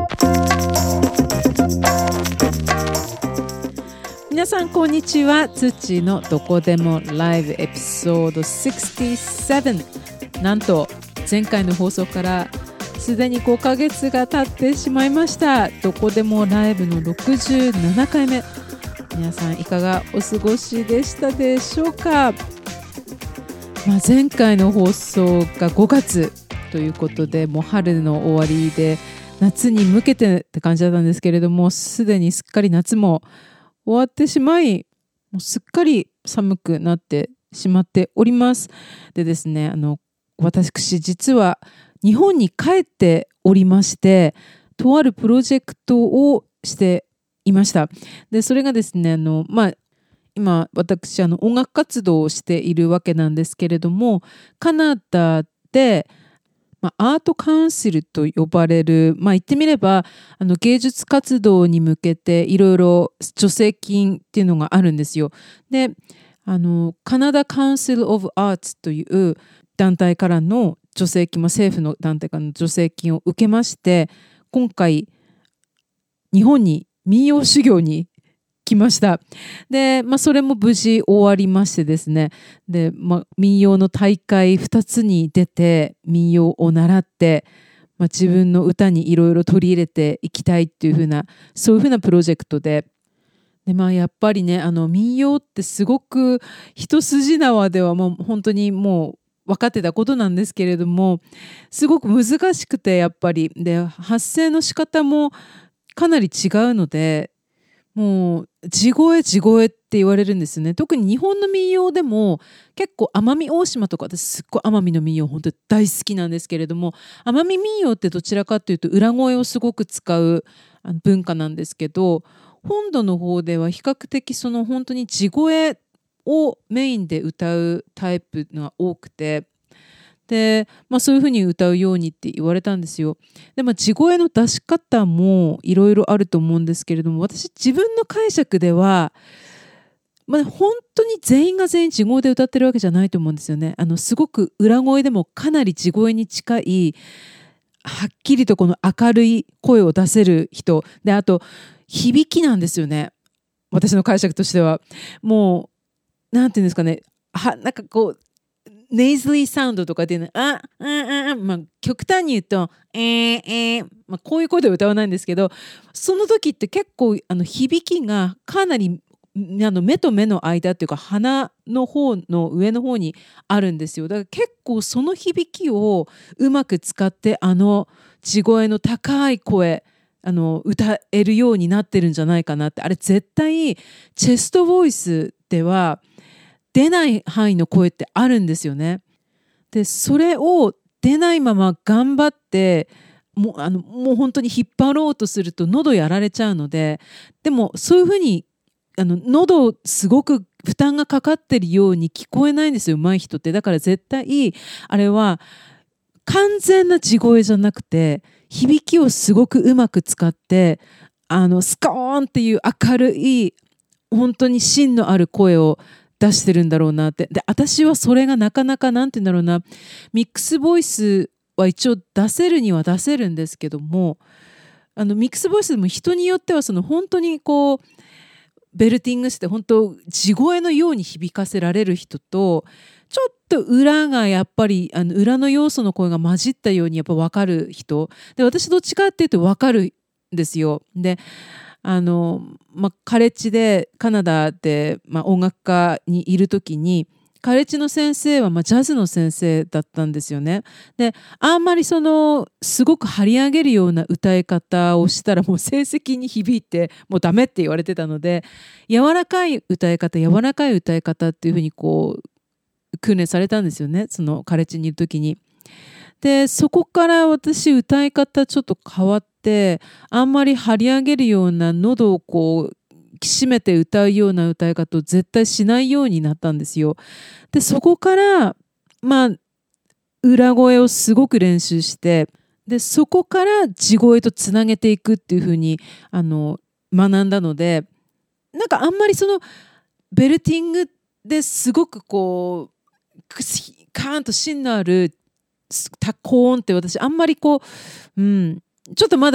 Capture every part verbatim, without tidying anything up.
皆さんこんにちは。土のどこでもライブエピソードろくじゅうなな。なんと前回の放送からすでにごかげつが経ってしまいました。どこでもライブのろくじゅうななかいめ。皆さんいかがお過ごしでしたでしょうか。まあ、前回の放送がごがつということで、もう春の終わりで夏に向けてって感じだったんですけれども、すでにすっかり夏も終わってしまい、もうすっかり寒くなってしまっております。でですね、あの私実は日本に帰っておりまして、とあるプロジェクトをしていました。でそれがですね、あの、まあ、今私あの音楽活動をしているわけなんですけれども、カナダでまあ、アートカウンシルと呼ばれる、まあ、言ってみればあの芸術活動に向けていろいろ助成金っていうのがあるんですよ。であのカナダカウンシル・オブ・アーツという団体からの助成金、まあ、政府の団体からの助成金を受けまして、今回日本に民謡修行に来ました。で、まあ、それも無事終わりましてですね、で、まあ、民謡の大会ふたつに出て民謡を習って、まあ、自分の歌にいろいろ取り入れていきたいっていう風な、そういう風なプロジェクトで、で、まあ、やっぱりね、あの民謡ってすごく一筋縄ではもう本当にもう分かってたことなんですけれども、すごく難しくて、やっぱりで発声の仕方もかなり違うので、もう地声地声って言われるんですよね。特に日本の民謡でも結構奄美大島とか、私すっごい奄美の民謡本当に大好きなんですけれども、奄美民謡ってどちらかというと裏声をすごく使う文化なんですけど、本土の方では比較的その本当に地声をメインで歌うタイプが多くて、で、まあ、そういうふうに歌うようにって言われたんですよ。で、まあ、地声の出し方もいろいろあると思うんですけれども、私自分の解釈では、まあ、本当に全員が全員地声で歌ってるわけじゃないと思うんですよね。あのすごく裏声でもかなり地声に近い、はっきりとこの明るい声を出せる人で、あと響きなんですよね。私の解釈としてはもうなんていうんですかね、はなんかこうネイズリーサウンドとかでね、あ、あ、あ、まあ、極端に言うと、えー、えー、まあ、こういう声では歌わないんですけど、その時って結構あの響きがかなりあの目と目の間っていうか鼻の方の上の方にあるんですよ。だから結構その響きをうまく使って、あの地声の高い声あの歌えるようになってるんじゃないかなって。あれ絶対チェストボイスでは出ない範囲の声ってあるんですよね。でそれを出ないまま頑張ってもうあのもう本当に引っ張ろうとすると喉やられちゃうので、でもそういうふうにあの喉すごく負担がかかってるように聞こえないんですよ、上手い人って。だから絶対あれは完全な地声じゃなくて、響きをすごくうまく使って、あのスコーンっていう明るい本当に芯のある声を出してるんだろうなって。で私はそれがなかなかなんて言うんだろうな、ミックスボイスは一応出せるには出せるんですけども、あのミックスボイスでも人によってはその本当にこうベルティングして本当地声のように響かせられる人と、ちょっと裏がやっぱりあの裏の要素の声が混じったようにやっぱ分かる人で、私どっちかっていうと分かるんですよ。であの、まあ、カレッジでカナダで、まあ、音楽家にいる時に、カレッジの先生は、まあ、ジャズの先生だったんですよね。であんまりそのすごく張り上げるような歌い方をしたらもう成績に響いてもうダメって言われてたので、柔らかい歌い方柔らかい歌い方っていうふうにこう訓練されたんですよね、そのカレッジにいる時に。でそこから私歌い方ちょっと変わって、あんまり張り上げるような喉をこう締めて歌うような歌い方を絶対しないようになったんですよ。でそこからまあ裏声をすごく練習して、でそこから地声とつなげていくっていう風にあの学んだので、なんかあんまりそのベルティングですごくこうカーンと芯のある高音って私あんまりこう、うん、ちょっとまだ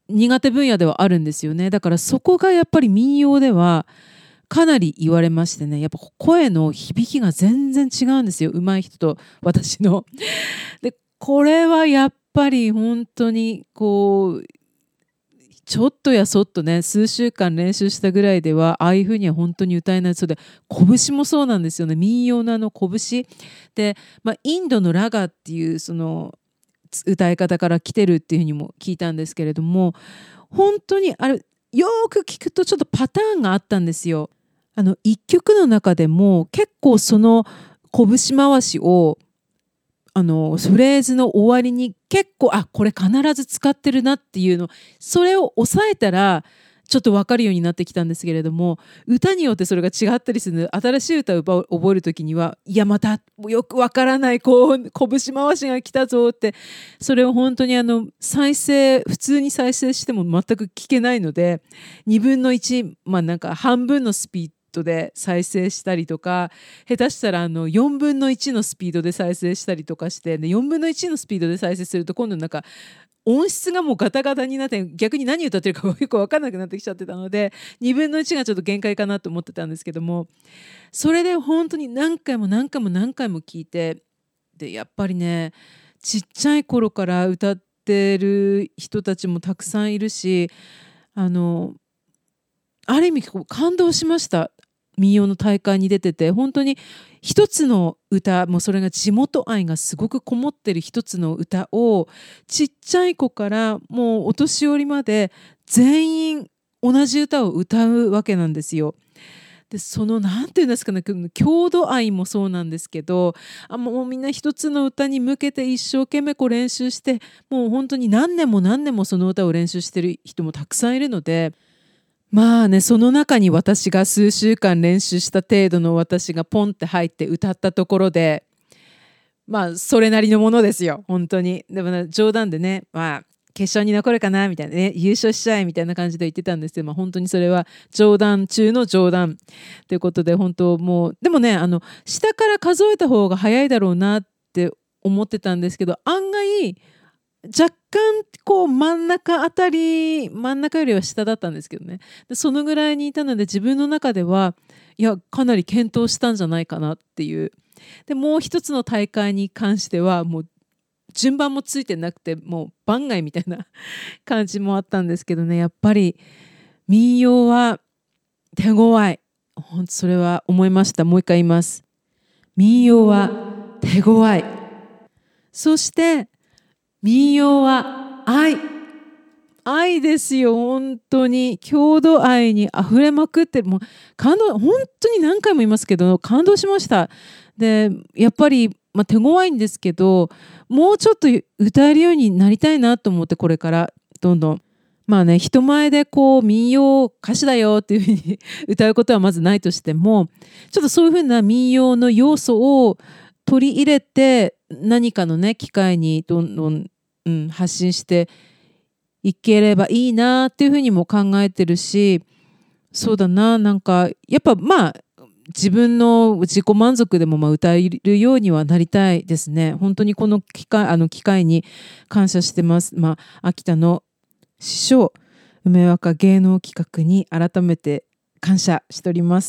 苦手分野ではあるんですよね。だからそこがやっぱり民謡ではかなり言われましてね、やっぱ声の響きが全然違うんですよ、上手い人と私の。でこれはやっぱり本当にこうちょっとやそっとね数週間練習したぐらいではああいう風には本当に歌えないそうで、拳もそうなんですよね。民謡のあの拳で、まあ、インドのラガっていうその歌い方から来てるっていうふうにも聞いたんですけれども、本当にあれよく聞くとちょっとパターンがあったんですよ。あの一曲の中でも結構その拳回しをあのフレーズの終わりに結構あこれ必ず使ってるなっていうの、それを抑えたらちょっと分かるようになってきたんですけれども、歌によってそれが違ったりするので、新しい歌を覚える時にはいやまたよく分からないこう拳回しが来たぞって、それを本当にあの再生普通に再生しても全く聞けないので、にぶんのいち、まあなんか半分のスピードで再生したりとか、下手したらあのよんぶんのいちのスピードで再生したりとかして、でよんぶんのいちのスピードで再生すると今度なんか音質がもうガタガタになって逆に何歌ってるかよく分かんなくなってきちゃってたので、にぶんのいちがちょっと限界かなと思ってたんですけども、それで本当に何回も何回も何回も聞いて、でやっぱりねちっちゃい頃から歌ってる人たちもたくさんいるし、あのある意味感動しました。民謡の大会に出てて本当に一つの歌、もうそれが地元愛がすごくこもってる一つの歌をちっちゃい子からもうお年寄りまで全員同じ歌を歌うわけなんですよ。でそのなんていうんですかね、郷土愛もそうなんですけど、あもうみんな一つの歌に向けて一生懸命こう練習して、もう本当に何年も何年もその歌を練習してる人もたくさんいるので、まあねその中に私が数週間練習した程度の私がポンって入って歌ったところで、まあそれなりのものですよ本当に。でも、ね、冗談でね、まあ決勝に残るかなみたいなね、優勝しちゃえみたいな感じで言ってたんですけど、まあ、本当にそれは冗談中の冗談ということで、本当もうでもねあの下から数えた方が早いだろうなって思ってたんですけど、案外若干こう真ん中あたり、真ん中よりは下だったんですけどね、でそのぐらいにいたので自分の中ではいやかなり検討したんじゃないかなっていう。でもう一つの大会に関してはもう順番もついてなくてもう番外みたいな感じもあったんですけどね、やっぱり民謡は手強い。本当それは思いました。もう一回言います。民謡は手強い。そして民謡は愛。愛ですよ。本当に郷土愛にあふれまくって、もう感動、本当に何回も言いますけど感動しました。でやっぱり、まあ、手強いんですけど、もうちょっと歌えるようになりたいなと思って、これからどんどんまあね人前でこう民謡歌手だよっていうふうに歌うことはまずないとしても、ちょっとそういうふうな民謡の要素を取り入れて何かのね機会にどんどん、うん、発信していければいいなっていうふうにも考えてるし、そうだな、なんかやっぱまあ自分の自己満足でもまあ歌えるようにはなりたいですね。本当にこの機会、あの機会に感謝してます。まあ秋田の師匠梅若芸能企画に改めて感謝しております。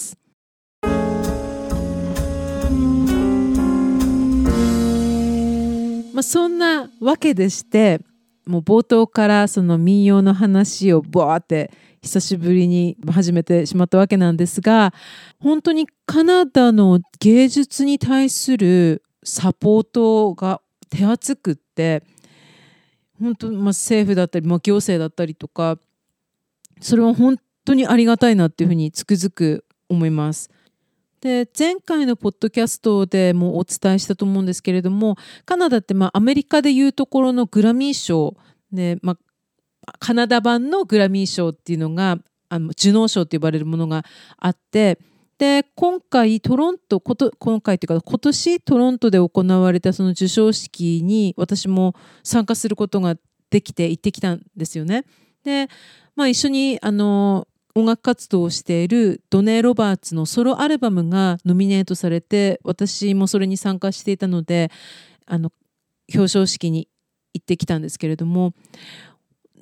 まあ、そんなわけでして、もう冒頭からその民謡の話をボワーって久しぶりに始めてしまったわけなんですが、本当にカナダの芸術に対するサポートが手厚くって、本当、まあ、政府だったり、まあ、行政だったりとか、それは本当にありがたいなっていうふうにつくづく思います。で前回のポッドキャストでもお伝えしたと思うんですけれども、カナダってまあアメリカでいうところのグラミー賞で、まあ、カナダ版のグラミー賞っていうのがあのジュノー賞って呼ばれるものがあって、で今回トロントこと今回というか今年トロントで行われたその授賞式に私も参加することができて行ってきたんですよね。で、まあ、一緒にあの音楽活動をしているドネ・ロバーツのソロアルバムがノミネートされて、私もそれに参加していたのであの表彰式に行ってきたんですけれども、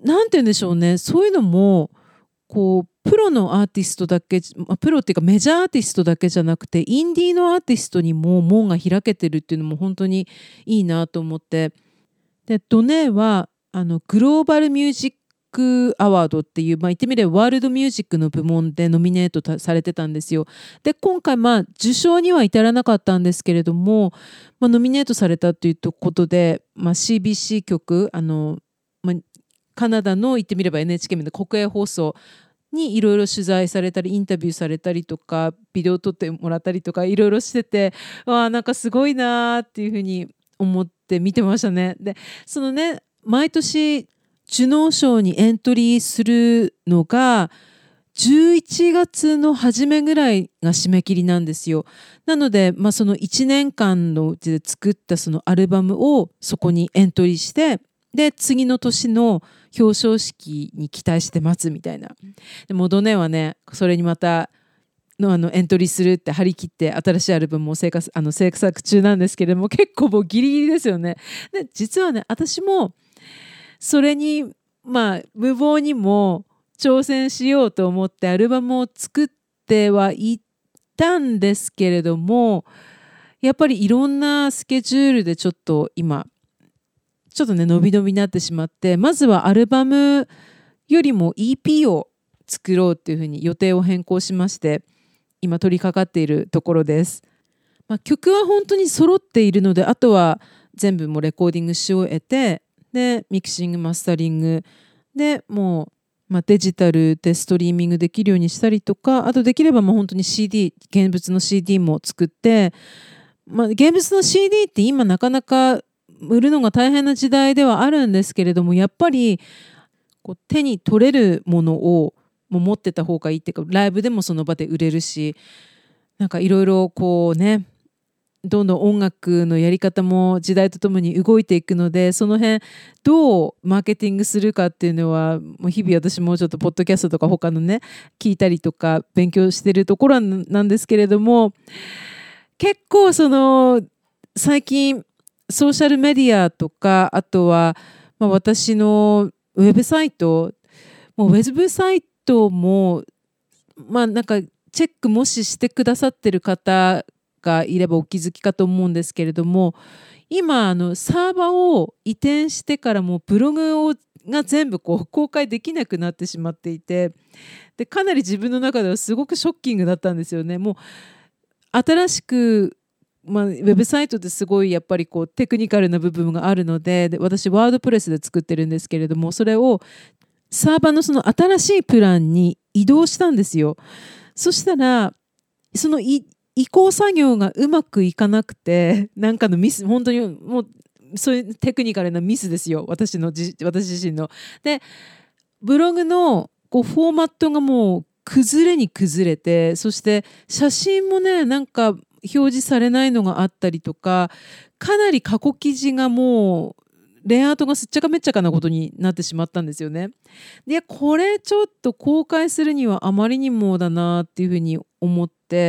なんて言うんでしょうね、そういうのもこうプロのアーティストだけ、まあ、プロっていうかメジャーアーティストだけじゃなくてインディーのアーティストにも門が開けてるっていうのも本当にいいなと思って、でドネーはあのグローバルミュージックアワードっていう、まあ、言ってみればワールドミュージックの部門でノミネートされてたんですよ。で今回まあ受賞には至らなかったんですけれども、まあ、ノミネートされたということで、まあ、シービーシー 局あの、まあ、カナダの言ってみれば エヌエイチケー の国営放送にいろいろ取材されたりインタビューされたりとかビデオ撮ってもらったりとかいろいろしてて、わあなんかすごいなーっていうふうに思って見てましたね。でそのね毎年ジュノー賞にエントリーするのがじゅういちがつの初めぐらいが締め切りなんですよ。なので、まあ、そのいちねんかんのうちで作ったそのアルバムをそこにエントリーして、で次の年の表彰式に期待して待つみたいな。でもドネはねそれにまたのあのエントリーするって張り切って新しいアルバムを制作あの制作中なんですけれども、結構もうギリギリですよね。で実はね私もそれにまあ無謀にも挑戦しようと思ってアルバムを作ってはいたんですけれども、やっぱりいろんなスケジュールでちょっと今ちょっとね伸び伸びになってしまって、まずはアルバムよりも イーピー を作ろうっていうふうに予定を変更しまして今取り掛かっているところです。まあ、曲は本当に揃っているのであとは全部もうレコーディングし終えて、でミキシングマスタリングでもう、まあ、デジタルでストリーミングできるようにしたりとか、あとできればもう本当に シーディー 現物の シーディー も作って、まあ、現物の シーディー って今なかなか売るのが大変な時代ではあるんですけれども、やっぱりこう手に取れるものをもう持ってた方がいいっていうか、ライブでもその場で売れるし、なんかいろいろこうねどんどん音楽のやり方も時代とともに動いていくので、その辺どうマーケティングするかっていうのはもう日々私もちょっとポッドキャストとか他のね聞いたりとか勉強してるところなんですけれども、結構その最近ソーシャルメディアとか、あとはまあ私のウェブサイトもうウェブサイトもまあなんかチェックもししてくださってる方がいればお気づきかと思うんですけれども、今あのサーバーを移転してからもうブログをが全部こう公開できなくなってしまっていて、でかなり自分の中ではすごくショッキングだったんですよね。もう新しく、まあ、ウェブサイトってすごいやっぱりこうテクニカルな部分があるの で, で私ワードプレスで作ってるんですけれども、それをサーバーのその新しいプランに移動したんですよ。そしたらその移行作業がうまくいかなくて、なんかのミス、本当にもうそういうテクニカルなミスですよ、私のじ私自身の。でブログのこうフォーマットがもう崩れに崩れて、そして写真もねなんか表示されないのがあったりとか、かなり過去記事がもうレイアウトがすっちゃかめっちゃかなことになってしまったんですよね。でこれちょっと公開するにはあまりにもだなっていうふうに思って、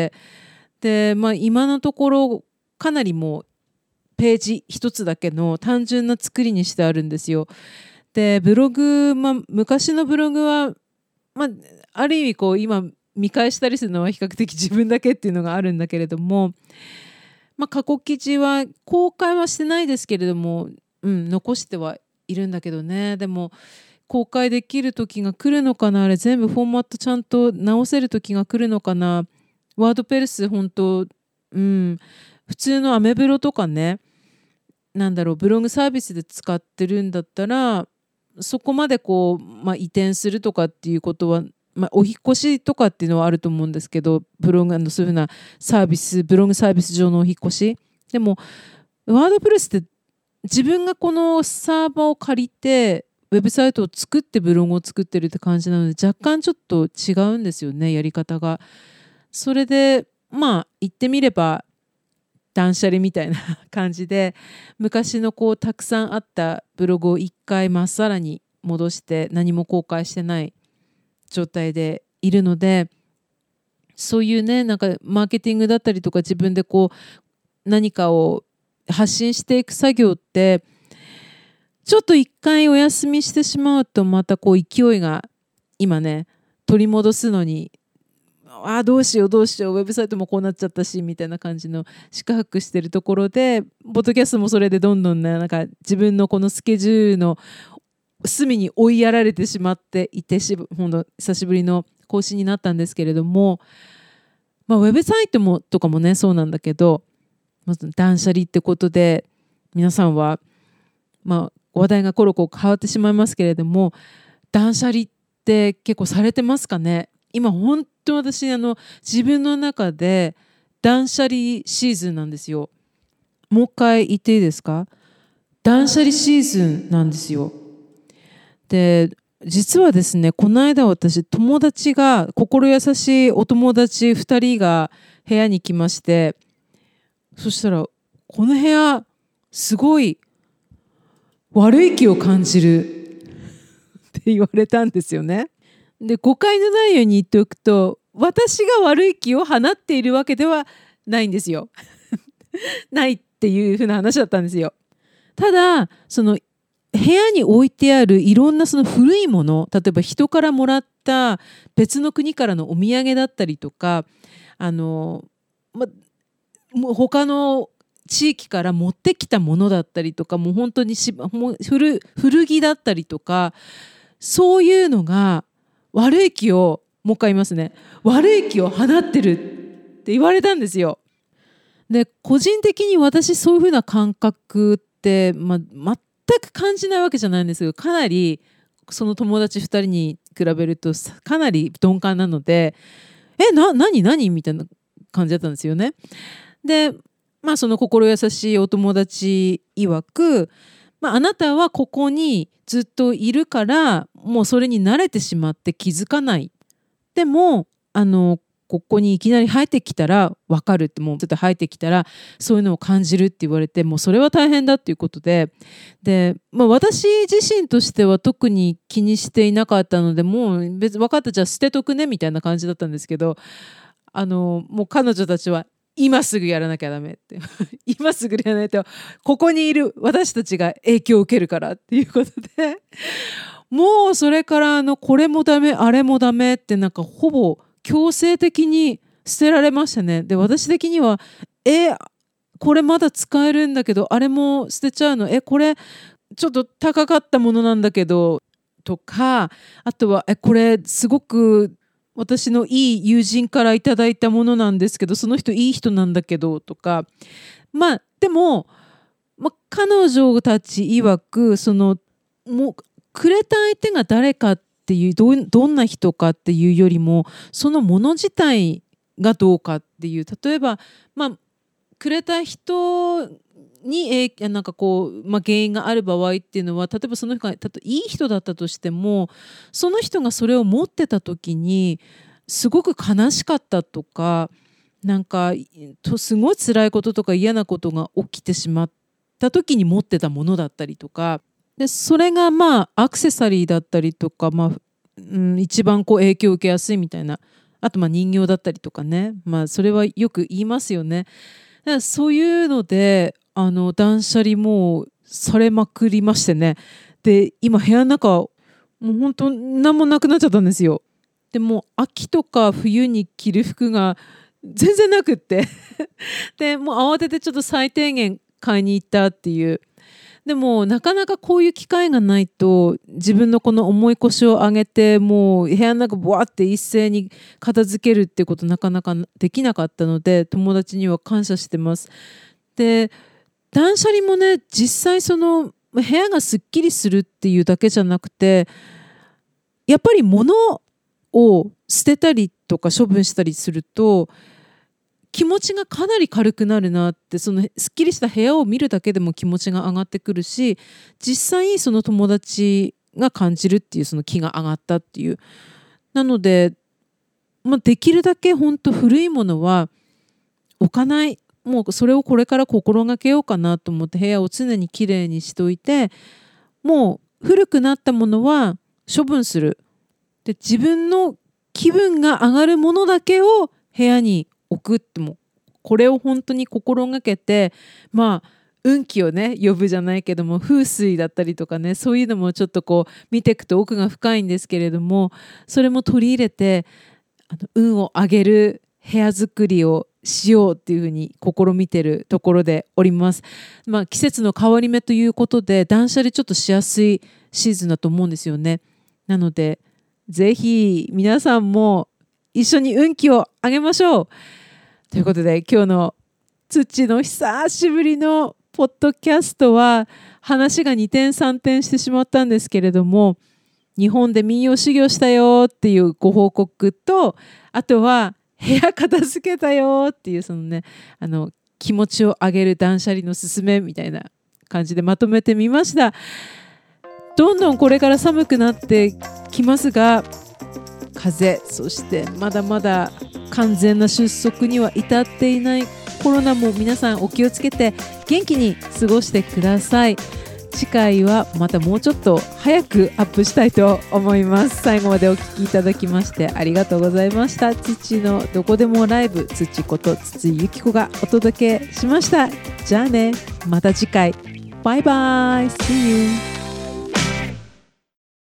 で、まあ、今のところかなりもうページ一つだけの単純な作りにしてあるんですよ。でブログ、まあ、昔のブログは、まあ、ある意味こう今見返したりするのは比較的自分だけっていうのがあるんだけれども、まあ、過去記事は公開はしてないですけれども、うん、残してはいるんだけどね。でも公開できる時が来るのかな、あれ全部フォーマットちゃんと直せる時が来るのかな。ワードプレス本当、うん、普通のアメブロとかね、なんだろうブログサービスで使ってるんだったらそこまでこう、まあ、移転するとかっていうことは、まあ、お引っ越しとかっていうのはあると思うんですけど、ブログのそういうふうなサービスブログサービス上のお引っ越しでもワードプレスって自分がこのサーバーを借りてウェブサイトを作ってブログを作ってるって感じなので、若干ちょっと違うんですよね、やり方が。それでまあ言ってみれば断捨離みたいな感じで、昔のこうたくさんあったブログを一回まっさらに戻して何も公開してない状態でいるので、そういうねなんかマーケティングだったりとか自分でこう何かを発信していく作業ってちょっと一回お休みしてしまうとまたこう勢いが今ね取り戻すのに、ああどうしようどうしよう、ウェブサイトもこうなっちゃったしみたいな感じの四苦八苦してるところで、ポッドキャストもそれでどんどんねなんか自分のこのスケジュールの隅に追いやられてしまっていて、しほんと久しぶりの更新になったんですけれども、まあ、ウェブサイトもとかもねそうなんだけど、まず断捨離ってことで皆さんは、まあ、話題がコロコロ変わってしまいますけれども、断捨離って結構されてますかね。今本当私あの自分の中で断捨離シーズンなんですよ。もう一回言っていいですか。断捨離シーズンなんですよ。で実はですね、この間私友達が心優しいお友達ふたりが部屋に来まして、そしたらこの部屋すごい悪い気を感じるって言われたんですよね。で誤解のないように言っておくと、私が悪い気を放っているわけではないんですよないっていう風な話だったんですよ。ただその部屋に置いてあるいろんなその古いもの、例えば人からもらった別の国からのお土産だったりとか、あの、ま、もう他の地域から持ってきたものだったりとか、もう本当にしもう 古, 古着だったりとか、そういうのが悪い気を、もう一回言いますね、悪い気を放ってるって言われたんですよ。で個人的に私そういう風な感覚って、ま、全く感じないわけじゃないんですけど、かなりその友達ふたりに比べるとかなり鈍感なので、えな何何みたいな感じだったんですよね。でまあその心優しいお友達曰く、まあ、あなたはここにずっといるからもうそれに慣れてしまって気づかない。でもあのここにいきなり入ってきたら分かるって、もうちょっと入ってきたらそういうのを感じるって言われて、もうそれは大変だっていうことで、で、まあ、私自身としては特に気にしていなかったので、もう別に分かった、じゃあ捨てとくねみたいな感じだったんですけど、あのもう彼女たちは今すぐやらなきゃダメって今すぐやらないとここにいる私たちが影響を受けるからっていうことでもうそれからあのこれもダメあれもダメってなんかほぼ強制的に捨てられましたね。で私的にはえこれまだ使えるんだけどあれも捨てちゃうの、えこれちょっと高かったものなんだけどとか、あとはえこれすごく私のいい友人からいただいたものなんですけどその人いい人なんだけどとか、まあでも、まあ、彼女たち曰くそのもうくれた相手が誰かっていう ど, どんな人かっていうよりもそのもの自体がどうかっていう、例えば、まあ、くれた人になんかこう、まあ、原因がある場合っていうのは、例えばその人が例えばいい人だったとしてもその人がそれを持ってた時にすごく悲しかったとか、なんかすごい辛いこととか嫌なことが起きてしまった時に持ってたものだったりとかで、それがまあアクセサリーだったりとか、まあうん、一番こう影響を受けやすいみたいな、あとまあ人形だったりとかね、まあそれはよく言いますよね。だからそういうのであの断捨離もされまくりましてね。で今部屋の中もう本当何もなくなっちゃったんですよ。でも秋とか冬に着る服が全然なくってでもう慌ててちょっと最低限買いに行ったっていう。でもなかなかこういう機会がないと自分のこの重い腰を上げてもう部屋の中ボワって一斉に片付けるってことなかなかできなかったので、友達には感謝してます。で断捨離もね、実際その部屋がすっきりするっていうだけじゃなくて、やっぱり物を捨てたりとか処分したりすると気持ちがかなり軽くなるなって、そのすっきりした部屋を見るだけでも気持ちが上がってくるし、実際その友達が感じるっていうその気が上がったっていう。なので、まあ、できるだけ本当古いものは置かない、もうそれをこれから心がけようかなと思って部屋を常にきれいにしといて、もう古くなったものは処分する。で自分の気分が上がるものだけを部屋に置くって、もこれを本当に心がけて、まあ運気をね呼ぶじゃないけども、風水だったりとかね、そういうのもちょっとこう見ていくと奥が深いんですけれども、それも取り入れてあの運を上げる部屋作りをしようっていうふうに試みてるところでおります。まあ、季節の変わり目ということで断捨離ちょっとしやすいシーズンだと思うんですよね。なのでぜひ皆さんも一緒に運気を上げましょうということで、今日の土の久しぶりのポッドキャストは話がにてんさんてんしてしまったんですけれども、日本で民謡修行したよっていうご報告と、あとは部屋片付けたよっていうそのね、あの気持ちを上げる断捨離のすすめみたいな感じでまとめてみました。どんどんこれから寒くなってきますが、風邪、そしてまだまだ完全な収束には至っていないコロナも皆さんお気をつけて元気に過ごしてください。次回はまたもうちょっと早くアップしたいと思います。最後までお聞きいただきましてありがとうございました。土のどこでもライブ、土こと筒井由紀子がお届けしました。じゃあね、また次回。バイバイ。See you.